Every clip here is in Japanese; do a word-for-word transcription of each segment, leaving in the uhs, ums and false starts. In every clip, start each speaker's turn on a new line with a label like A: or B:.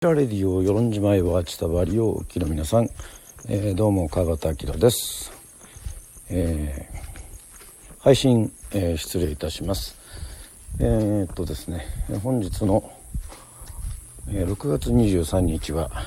A: ラレディオ与論島へは伝わりをお聞きの皆さん、えー、どうも川端明です、えー、配信、えー、失礼いたします。えー、っとですね本日の、えー、ろくがつにじゅうさんにちは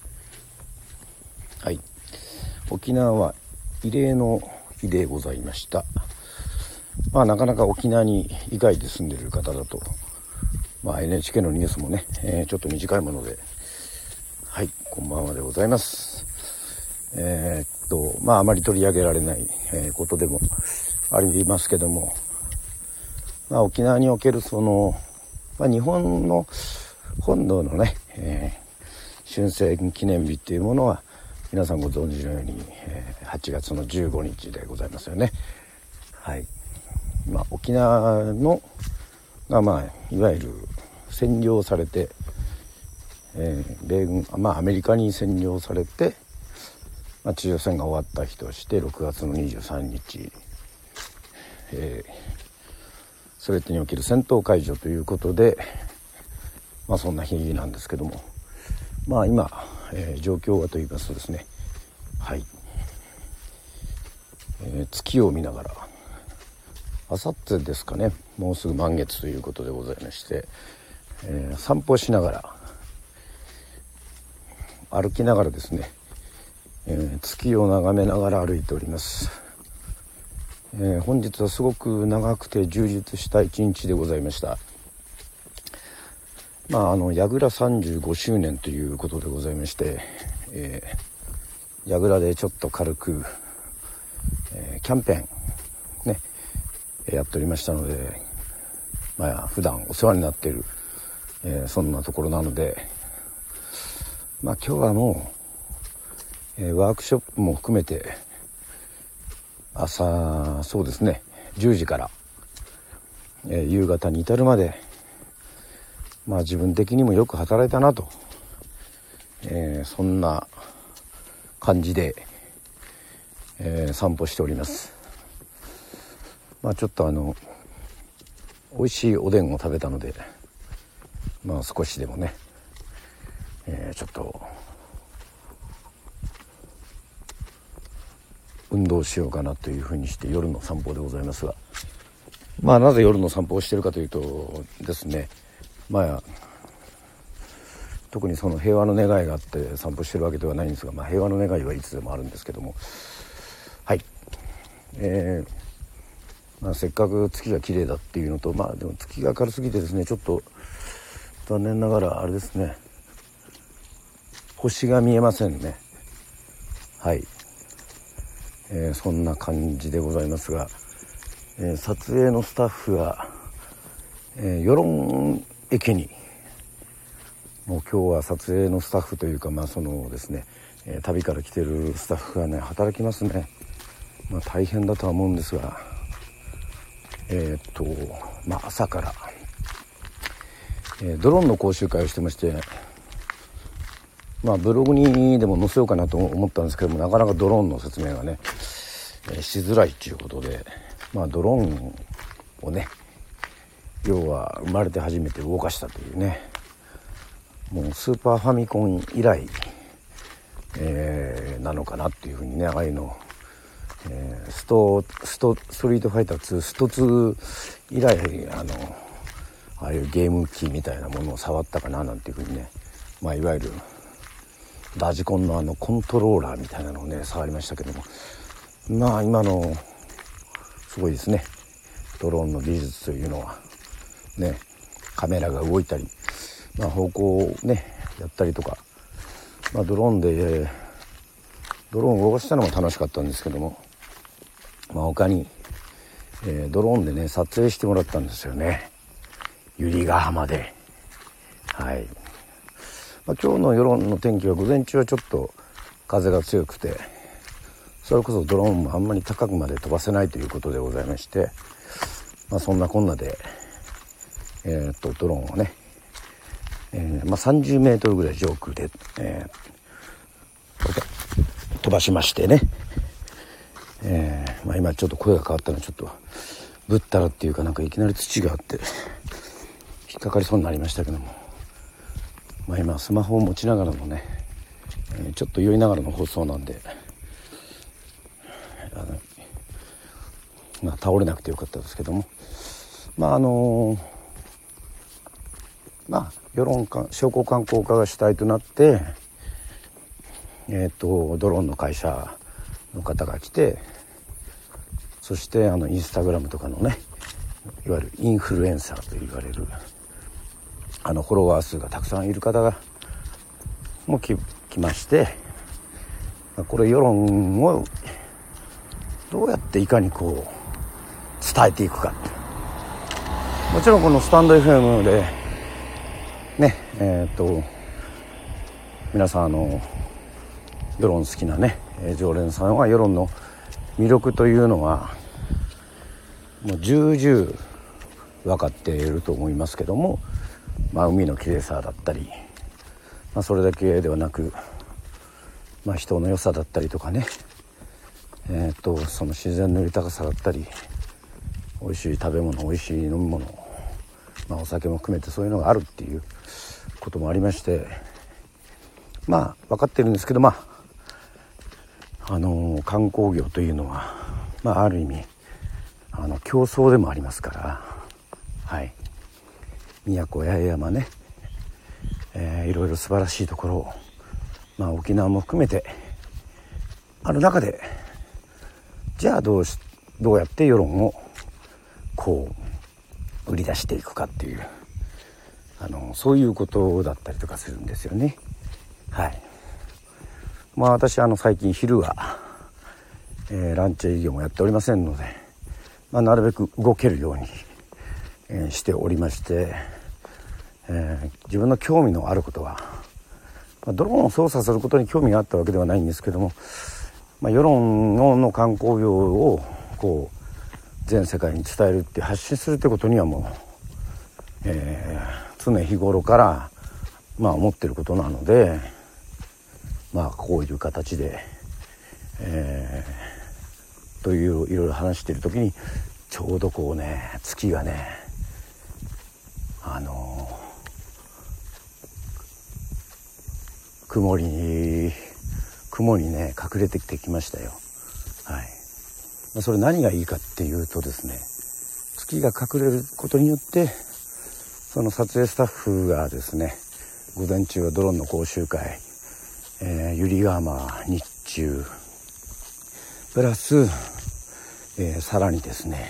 A: はい沖縄は慰霊の日でございました。まあなかなか沖縄に以外で住んでいる方だとまあ、エヌエイチケー のニュースもね、えー、ちょっと短いもので、はい、こんばんはでございます。えー、っと、まあ、あまり取り上げられない、えー、ことでもありますけども、まあ、沖縄におけるその、まあ、日本の本土のね、えー、春戦記念日っていうものは、皆さんご存知のように、えー、はちがつのじゅうごにちでございますよね。はい。まあ、沖縄の、がまあ、いわゆる占領されて、えー、米軍まあアメリカに占領されて、まあ、地上戦が終わった日としてろくがつのにじゅうさんにち、えー、全てにおける戦闘解除ということで、まあそんな日なんですけども、まあ今、えー、状況はと言いますとですね、はい、えー、月を見ながらあさってですかね、もうすぐ満月ということでございまして、えー、散歩しながら歩きながらですね、えー、月を眺めながら歩いております。えー、本日はすごく長くて充実した一日でございました。まああの櫓さんじゅうごしゅうねんということでございまして、えー、櫓でちょっと軽く、えー、キャンペーンねやっておりましたので、まあ普段お世話になっている、えー、そんなところなので、まあ今日はもう、えー、ワークショップも含めて朝そうですねじゅうじから、えー、夕方に至るまで、まあ自分的にもよく働いたなと、えー、そんな感じで、えー、散歩しております。まあちょっとあの美味しいおでんを食べたので、まあ少しでもね、えー、ちょっと運動しようかなというふうにして夜の散歩でございますが、まあなぜ夜の散歩をしているかというとですね、まあ特にその平和の願いがあって散歩してるわけではないんですが、まあ、平和の願いはいつでもあるんですけども、はい、えーまあ、せっかく月が綺麗だっていうのと、まあでも月が明るすぎてですね、ちょっと残念ながらあれですね、星が見えませんね。はい、えー、そんな感じでございますが、えー、撮影のスタッフが、えー、与論駅にもう今日は撮影のスタッフというか、まあそのですね、えー、旅から来てるスタッフがね働きますね。まあ大変だとは思うんですが、えー、っとまあ朝から、えー、ドローンの講習会をしてまして、まあブログにでも載せようかなと思ったんですけども、なかなかドローンの説明がね、えー、しづらいということで、まあドローンをね、要は生まれて初めて動かしたというね、もうスーパーファミコン以来、えー、なのかなっていうふうにね、ああいうの、えー、ストストストリートファイターツーストツー以来あのああいうゲーム機みたいなものを触ったかななんていうふうにね、まあいわゆるラジコンのあのコントローラーみたいなのをね触りましたけども、まあ今のすごいですね、ドローンの技術というのはね、カメラが動いたり、まあ、方向をねやったりとか、まあ、ドローンでドローンを動かしたのも楽しかったんですけども、まあ、他に、えー、ドローンでね撮影してもらったんですよね、百合ヶ浜で。はい、まあ、今日の夜の天気は午前中はちょっと風が強くて、それこそドローンもあんまり高くまで飛ばせないということでございまして、まあ、そんなこんなで、えー、っとドローンをね、えーまあ、さんじゅうメートルぐらい上空で、えー、飛ばしましてね、えーまあ、今ちょっと声が変わったのでちょっとぶったらっていうか、なんかいきなり土があって引っかかりそうになりましたけども、 まあ、今スマホを持ちながらのね、えー、ちょっと酔いながらの放送なんで、あの、まあ、倒れなくてよかったですけども、まああのー、まあ世論か商工観光課が主体となって、えー、とドローンの会社の方が来て、そしてあのインスタグラムとかのね、いわゆるインフルエンサーと言われるあのフォロワー数がたくさんいる方がも来まして、これ世論をどうやっていかにこう伝えていくか。もちろんこのスタンド エフエム でね、えっと皆さんあの世論好きなね常連さんは世論の魅力というのはもう重々分かっていると思いますけども、まあ、海の綺麗さだったり、まあ、それだけではなく、まあ、人の良さだったりとかね、えー、とその自然の豊かさだったり、美味しい食べ物、美味しい飲み物、まあ、お酒も含めてそういうのがあるっていうこともありまして、まあ分かってるんですけど、まああのー、観光業というのは、まあ、ある意味あの競争でもありますから、はい、宮古八重山ね、えー、いろいろ素晴らしいところを、まあ、沖縄も含めてある中で、じゃあどうしどうやって世論をこう売り出していくかっていう、あのそういうことだったりとかするんですよね。はい。まあ私あの最近昼は、えー、ランチ営業もやっておりませんので、まあ、なるべく動けるように、えー、しておりまして、えー、自分の興味のあることは、まあ、ドローンを操作することに興味があったわけではないんですけども、まあ、世論 の, の観光業をこう全世界に伝えるって発信するってことにはもう、えー、常日頃からまあ思ってることなので、まあこういう形で、えー、といういろいろ話している時にちょうどこうね、月がね、あのー、曇りに雲にね隠れてきてきましたよ。はい。それ何がいいかっていうとですね、月が隠れることによってその撮影スタッフがですね、午前中はドローンの講習会、えー、百合ヶ浜日中プラス、えー、さらにですね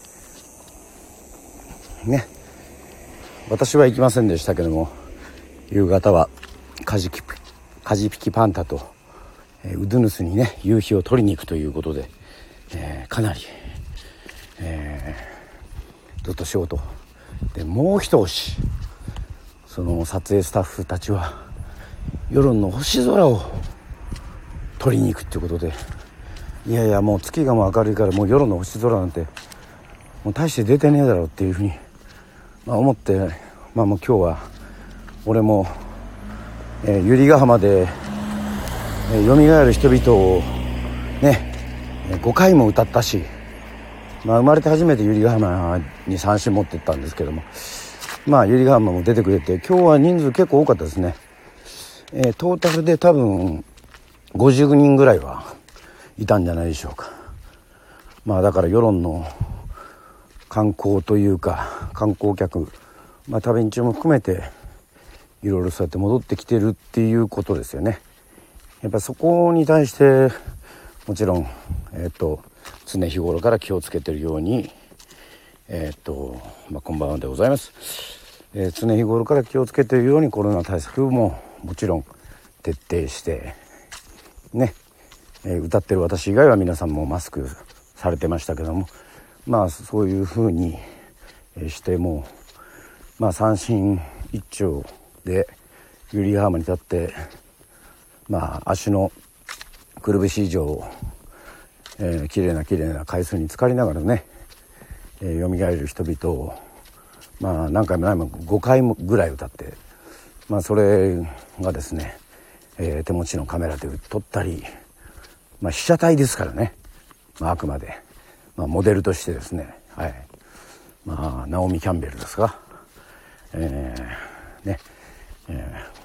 A: ね私は行きませんでしたけども、夕方はカジキカジピキパンタと、えー、ウドゥヌスにね夕日を取りに行くということで、えー、かなり、えー、ずっと仕事で、もう一押しその撮影スタッフたちは世論の星空を撮りに行くっていうことで、いやいやもう月がもう明るいからもう世論の星空なんてもう大して出てねえだろうっていうふうに、まあ、思って、まあもう今日は俺も、えー、百合ヶ浜で、えー、蘇る人々をねごかいも歌ったし、まあ、生まれて初めて百合ヶ浜に三振持ってったんですけども、まあ百合ヶ浜も出てくれて、今日は人数結構多かったですね。えー、トータルで多分ごじゅうにんぐらいはいたんじゃないでしょうか。まあだから世論の観光というか観光客、まあ旅人も含めていろいろそうやって戻ってきてるっていうことですよね。やっぱそこに対してもちろん、えっと常日頃から気をつけてるように、えっとまあこんばんはでございます。えー、常日頃から気をつけてるようにコロナ対策ももちろん徹底してね、えー、歌ってる私以外は皆さんもマスクされてましたけども、まあそういうふうにしてもまあ三心一丁で百合ヶ浜に立って、まあ足のくるぶし以上、えー、きれいなきれいな海水に浸かりながらね、えー、蘇る人々をまあ何回も何回もごかいもぐらい歌って、まあそれがですね、えー、手持ちのカメラで撮ったり、まあ被写体ですからね、まあ、あくまで、まあ、モデルとしてですね、はい、まあナオミ・キャンベルですか、えー、ね、えー、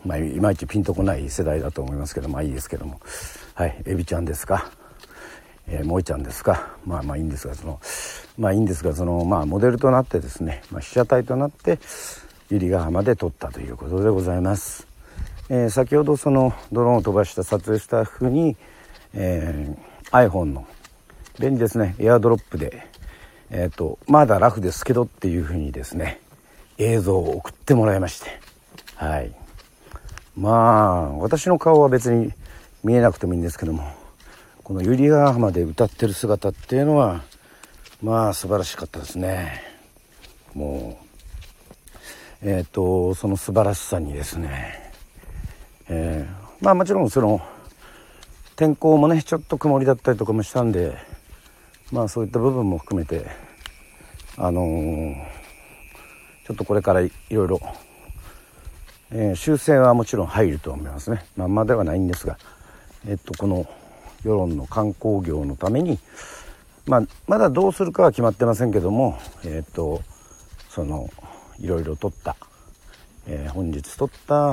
A: まあ、いまいちピンとこない世代だと思いますけど、まあいいですけども、はい、エビちゃんですか、えー、萌ちゃんですか、まあまあいいんですが、そのまあいいんですがそのまあモデルとなってですね、まあ、被写体となって百合ヶ浜で撮ったということでございます。えー、先ほどそのドローンを飛ばした撮影スタッフに、えー、iPhone の便利ですね、エアドロップで、えーと、まだラフですけどっていうふうにですね映像を送ってもらいまして、はい、まあ私の顔は別に見えなくてもいいんですけども、この百合ヶ浜で歌ってる姿っていうのはまあ素晴らしかったですね。もうえっとその素晴らしさにですね、えー、まあもちろんその天候もねちょっと曇りだったりとかもしたんで、まあそういった部分も含めてあのー、ちょっとこれからいろいろえー、修正はもちろん入ると思いますね。まんまではないんですが、えっとこの世論の観光業のために、まあ、まだどうするかは決まってませんけども、えっとそのいろいろ撮った、えー、本日撮った、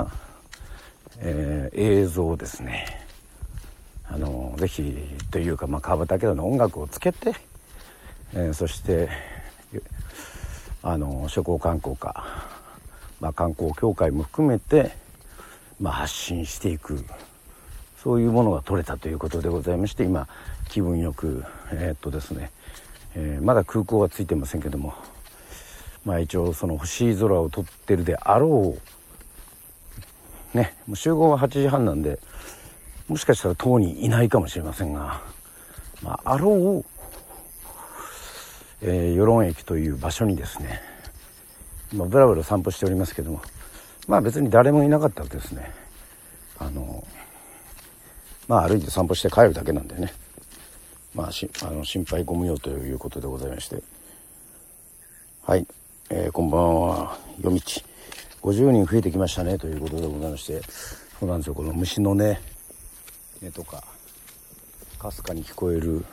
A: えー、映像をですね、あのぜひというか、まあ、川端明の音楽をつけて、えー、そしてあの諸行観光課、まあ、観光協会も含めて、まあ、発信していく、そういうものが撮れたということでございまして、今気分よくえー、っとですね、えー、まだ空港はついてませんけども、まあ一応その星空を撮ってるであろうね、もう集合ははちじはんなんで、もしかしたら島にいないかもしれませんが、まあ、あろう、えー、与論駅という場所にですね、まあ、ブラブラ散歩しておりますけども、まあ別に誰もいなかったらですね、あのまあ歩いて散歩して帰るだけなんでね、まあしあの心配ご無用ということでございまして、はい、えー、こんばんは。夜道ごじゅうにん増えてきましたねということでございまして、そうなんですよ、この虫のね音とかかすかに聞こえる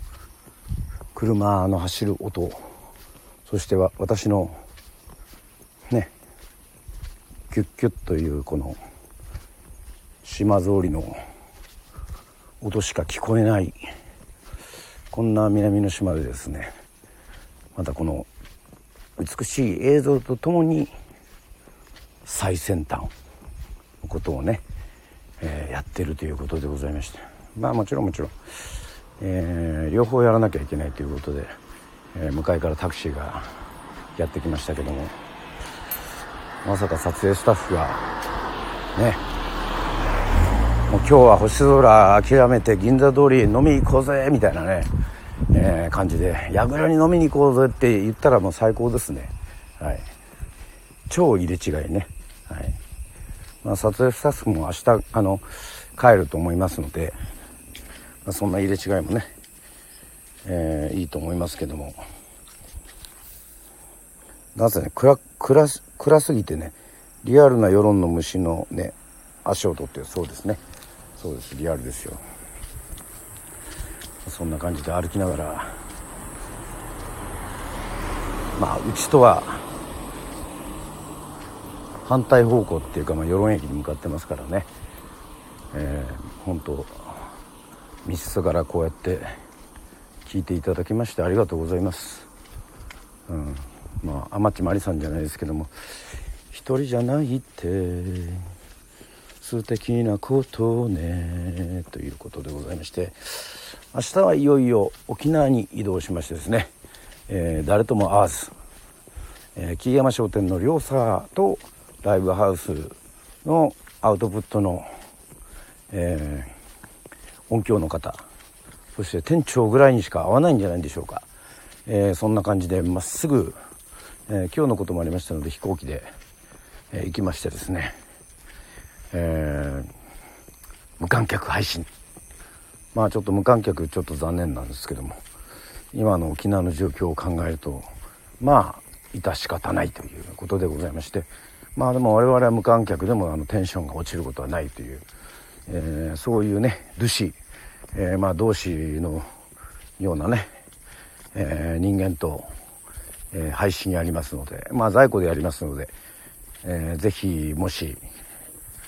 A: 車の走る音、そしては私のねキュッキュッというこの島ぞうりの音しか聞こえない、こんな南の島でですね、またこの美しい映像とともに最先端のことをね、えー、やってるということでございまして、まあもちろんもちろん、えー、両方やらなきゃいけないということで、えー、向かいからタクシーがやってきましたけども、まさか撮影スタッフがね、もう今日は星空諦めて銀座通り飲み行こうぜみたいなね、えー、感じで、櫓に飲みに行こうぜって言ったらもう最高ですね。はい、超入れ違いね。はい、まあ、撮影スタッフも明日あの帰ると思いますので、まあ、そんな入れ違いもね、えー、いいと思いますけども、なぜね暗暗暗すぎてね、リアルな世論の虫のね足音って、そうですね、そうです、リアルですよ。そんな感じで歩きながら、まあうちとは反対方向っていうか、まあ、与論駅に向かってますからね、えー、本当密室からこうやって聞いていただきましてありがとうございます。うん、まあ天地真理さんじゃないですけども、一人じゃないって素敵なことねということでございまして、明日はいよいよ沖縄に移動しましてですね、えー、誰とも会わず、えー、木山商店の両サーとライブハウスのアウトプットの、えー、音響の方、そして店長ぐらいにしか会わないんじゃないんでしょうか。えー、そんな感じでまっすぐ、えー、今日のこともありましたので飛行機で、えー、行きましてですね、えー、無観客配信、まあちょっと無観客ちょっと残念なんですけども、今の沖縄の状況を考えるとまあ致し方ないということでございまして、まあでも我々は無観客でもあのテンションが落ちることはないという、えー、そういうねドゥシ、えー、まあ同志のようなね、えー、人間と、えー、配信やりますので、まあ在庫でやりますので、えー、ぜひもし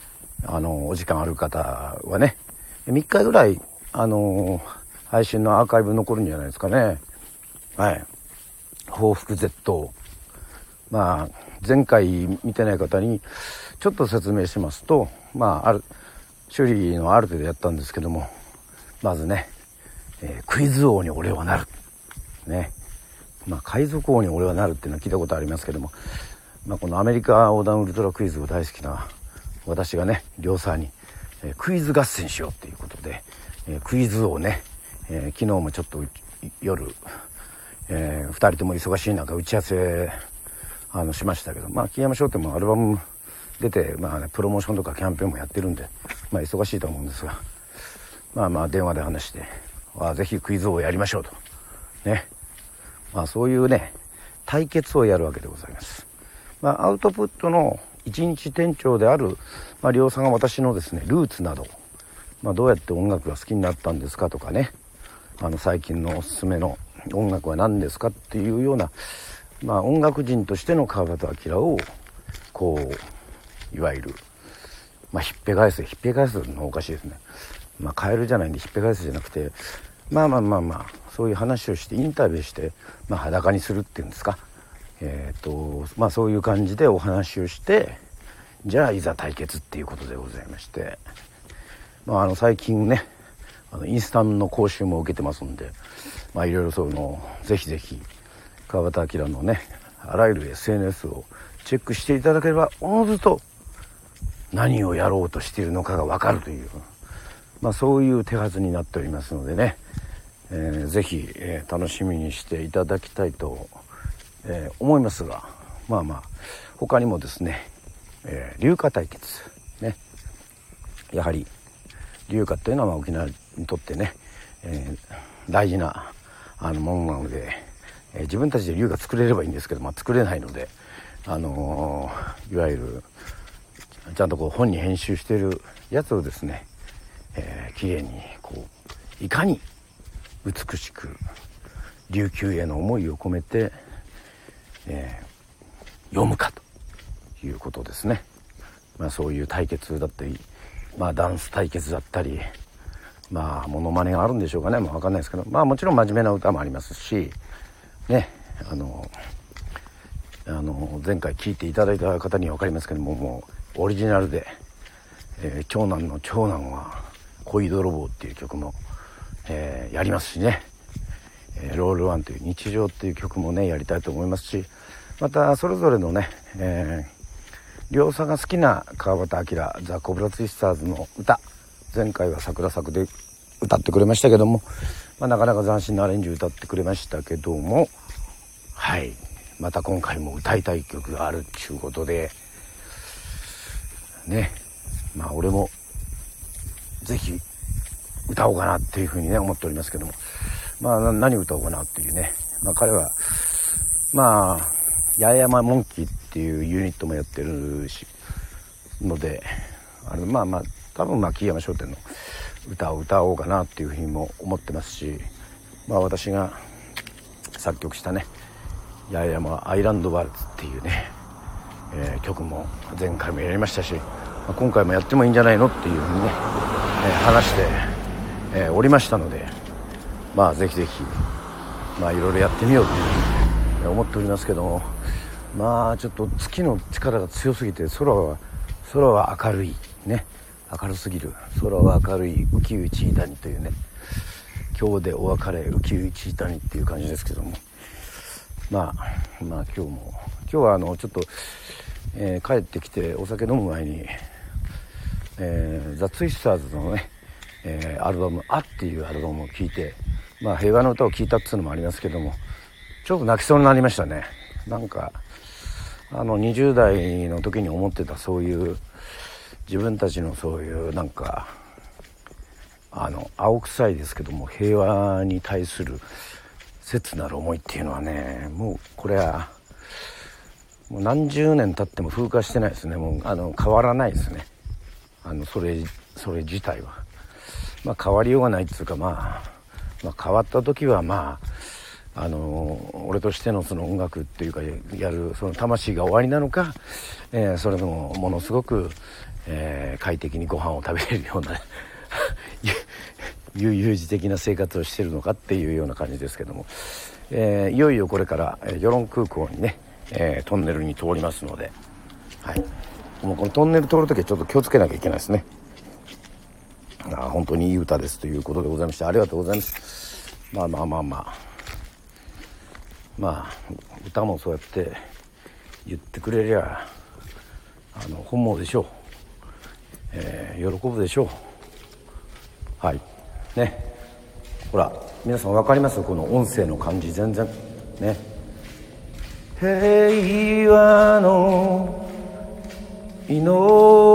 A: あのお時間ある方はねみっかぐらいあの配信のアーカイブ残るんじゃないですかね。はい。報復絶倒。まあ前回見てない方にちょっと説明しますと、まあある修理のある程度やったんですけども、まずね、えー、クイズ王に俺はなるね。まあ海賊王に俺はなるっていうのは聞いたことありますけども、まあこのアメリカ横断ウルトラクイズを大好きな私がね、両サーに、えー、クイズ合戦しようっていうことで、えー、クイズ王ね、えー、昨日もちょっと夜、えー、ふたりとも忙しい中打ち合わせあのしましたけど、まあ木山商店もアルバム出て、まあね、プロモーションとかキャンペーンもやってるんで、まあ忙しいと思うんですが、まあまあ電話で話して、あぜひクイズ王をやりましょうとね、まあそういうね対決をやるわけでございます。まあアウトプットの一日店長である、まあ、両さんが私のですねルーツなど、まあ、どうやって音楽が好きになったんですかとかね、あの最近のおすすめの音楽は何ですかっていうような、まあ、音楽人としての川端明をこういわゆる、まあ、ひっぺ返すひっぺ返すのおかしいですね、まあ、カエルじゃないんでひっぺ返すじゃなくて、まあまあまあまあそういう話をしてインタビューして、まあ、裸にするっていうんですか、えーとまあ、そういう感じでお話をして、じゃあいざ対決っていうことでございまして、まあ、あの最近ねあのインスタの講習も受けてますんで、まあいろいろそういうのをぜひぜひ川端明のねあらゆる エスエヌエス をチェックしていただければおのずと何をやろうとしているのかが分かるという、まあ、そういう手はずになっておりますのでね、えー、ぜひ、えー、楽しみにしていただきたいと、えー、思いますが、まあまあ他にもですね、えー、流歌対決ね、やはり流歌っていうのはまあ沖縄にとってね、えー、大事なあのものなので、えー、自分たちで流歌作れればいいんですけど、まあ、作れないので、あのー、いわゆるちゃんとこう本に編集しているやつをですね、えー、きれいにこういかに美しく琉球への思いを込めて、えー、読むかということですね。まあ、そういう対決だったり、まあ、ダンス対決だったり、まあモノマネがあるんでしょうかね、まあ、分かんないですけど、まあもちろん真面目な歌もありますしね、あのあの前回聴いていただいた方には分かりますけども、もうオリジナルで、えー、長男の長男は恋泥棒っていう曲も、えー、やりますしね、えー、ロールワンという日常っていう曲もねやりたいと思いますし、またそれぞれのね、えー、両さんが好きな川端明ザ・コブラツイスターズの歌、前回は桜咲くで歌ってくれましたけども、まあ、なかなか斬新なアレンジ歌ってくれましたけども、はいまた今回も歌いたい曲があるっていうことでね、まあ俺もぜひ歌おうかなっていうふうにね思っておりますけども、まあ何歌おうかなっていうね、まあ彼はまあ八重山モンキーっていうユニットもやってるしので、あのまあまあ多分まあ木山商店の歌を歌おうかなっていうふうにも思ってますし、まあ私が作曲したね八重山アイランドワルツっていうね、えー、曲も前回もやりましたし、まあ、今回もやってもいいんじゃないのっていうふうにね、えー、話して、えー、おりましたので、まあぜひぜひまあいろいろやってみようというふうに思っておりますけども、まあちょっと月の力が強すぎて空は空は明るいね、明るすぎる、空は明るい浮き打ち谷というね、今日でお別れ浮き打ち谷っていう感じですけども、まあまあ今日も今日はあのちょっと、えー、帰ってきてお酒飲む前に、えー、ザ・ツイスターズのね、えー、アルバム「あ」っていうアルバムを聴いて、まあ平和の歌を聴いたっていうのもありますけども、ちょっと泣きそうになりましたね。なんかあのにじゅう代の時に思ってたそういう自分たちのそういうなんかあの青臭いですけども平和に対する切なる思いっていうのはね、もうこれはもう何十年経っても風化してないですね。もうあの変わらないですね。あのそれそれ自体はまあ変わりようがないっていうか、まあ、まあ変わった時はまああの俺としてのその音楽っていうかやるその魂が終わりなのか、えー、それともものすごく、えー、快適にご飯を食べれるような悠々自適な生活をしているのかっていうような感じですけども、えー、いよいよこれから与論空港にね、えー、トンネルに通りますので、はい、もうこのトンネル通るときはちょっと気をつけなきゃいけないですね。あ本当にいい歌ですということでございまして、ありがとうございます。まあまあまあまあまあ歌もそうやって言ってくれりゃあの本望でしょう、えー、喜ぶでしょう。はいね、ほら皆さん分かります？この音声の感じ全然ね。平和の祈